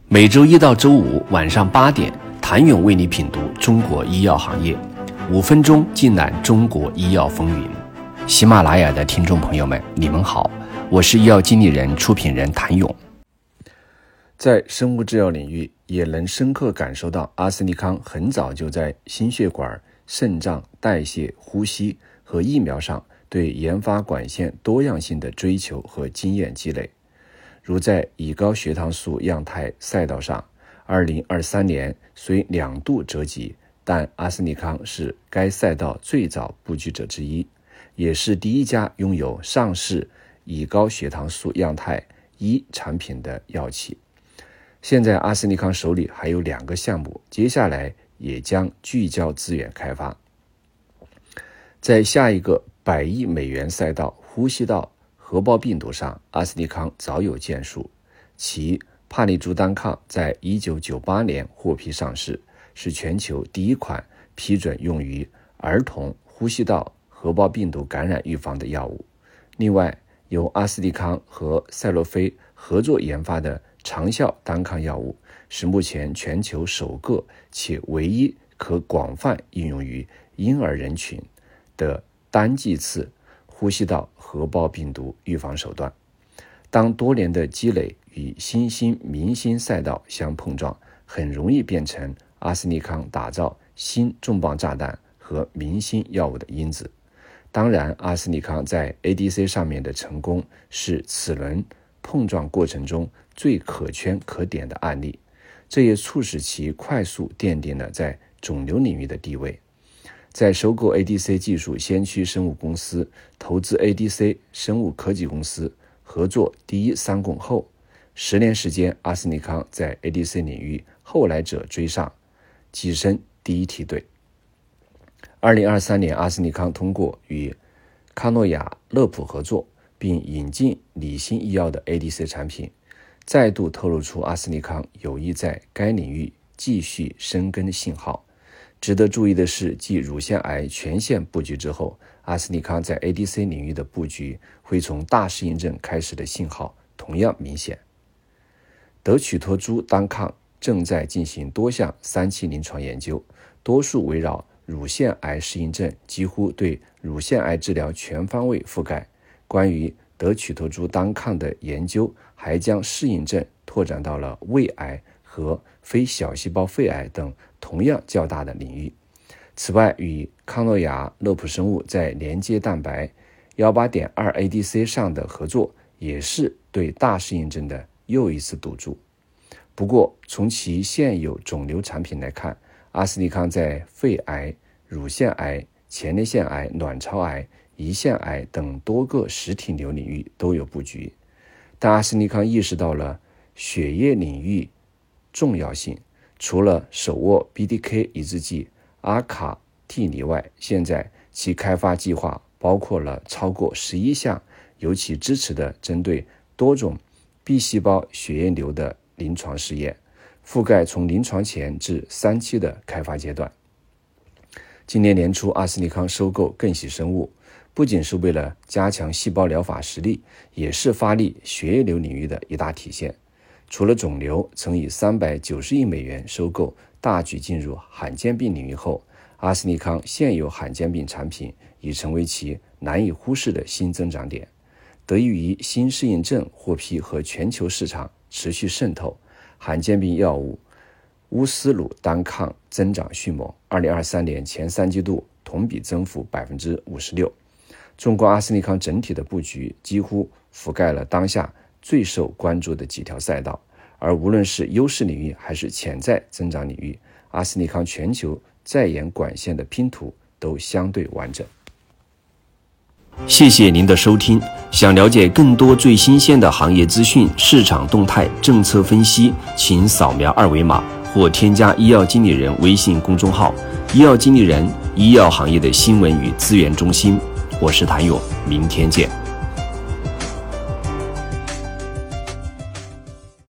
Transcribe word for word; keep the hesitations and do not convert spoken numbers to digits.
每周一到周五晚上八点，谭勇为你品读中国医药行业，五分钟尽览中国医药风云。喜马拉雅的听众朋友们，你们好，我是医药经理人、出品人谭勇。在生物制药领域，也能深刻感受到阿斯利康很早就在心血管、肾脏、代谢、呼吸和疫苗上对研发管线多样性的追求和经验积累。如在乙高血糖素样态赛道上，二零二三年虽两度折戟，但阿斯利康是该赛道最早布局者之一，也是第一家拥有上市乙高血糖素样态一产品的药企。现在阿斯利康手里还有两个项目，接下来也将聚焦资源开发。在下一个百亿美元赛道呼吸道核胞病毒上，阿斯利康早有建树，其帕利珠单抗在一九九八年获批上市，是全球第一款批准用于儿童呼吸道核胞病毒感染预防的药物。另外，由阿斯利康和赛诺菲合作研发的长效单抗药物，是目前全球首个且唯一可广泛应用于婴儿人群的单剂次呼吸道核胞病毒预防手段。当多年的积累与新兴明星赛道相碰撞，很容易变成阿斯利康打造新重磅炸弹和明星药物的因子。当然，阿斯利康在 A D C 上面的成功是此轮碰撞过程中最可圈可点的案例，这也促使其快速奠定了在肿瘤领域的地位。在收购 A D C 技术先驱生物公司、投资 A D C 生物科技公司，合作第一三共后，十年时间，阿斯利康在 A D C 领域后来者追上，跻身第一梯队。二零二三年，阿斯利康通过与康诺亚乐普合作，并引进理心医药的 A D C 产品，再度透露出阿斯利康有意在该领域继续深耕的信号。值得注意的是，继乳腺癌全线布局之后，阿斯利康在 A D C 领域的布局会从大适应症开始的信号同样明显。德曲托珠单抗正在进行多项三期临床研究，多数围绕乳腺癌适应症，几乎对乳腺癌治疗全方位覆盖。关于德曲托珠单抗的研究还将适应症拓展到了胃癌和非小细胞肺癌等同样较大的领域。此外，与康诺亚乐普生物在连接蛋白 一八点二 A D C 上的合作，也是对大适应症的又一次赌注。不过，从其现有肿瘤产品来看，阿斯利康在肺癌、乳腺癌、前列腺癌、卵巢癌、胰腺癌等多个实体瘤领域都有布局。但阿斯利康意识到了血液领域重要性，除了手握 B D K 抑制剂阿卡替尼外，现在其开发计划包括了超过十一项由其支持的针对多种 B 细胞血液瘤的临床试验，覆盖从临床前至三期的开发阶段。今年年初，阿斯利康收购更喜生物，不仅是为了加强细胞疗法实力，也是发力血液瘤领域的一大体现。除了肿瘤曾以三百九十亿美元收购，大举进入罕见病领域后，阿斯利康现有罕见病产品已成为其难以忽视的新增长点。得益于新适应症获批和全球市场持续渗透，罕见病药物乌斯鲁单抗增长迅猛，二零二三年前三季度同比增幅 百分之五十六。纵观阿斯利康整体的布局，几乎覆盖了当下最受关注的几条赛道，而无论是优势领域还是潜在增长领域，阿斯利康全球在研管线的拼图都相对完整。谢谢您的收听，想了解更多最新鲜的行业资讯、市场动态、政策分析，请扫描二维码或添加医药经理人微信公众号“医药经理人”，医药行业的新闻与资源中心。我是谭勇，明天见。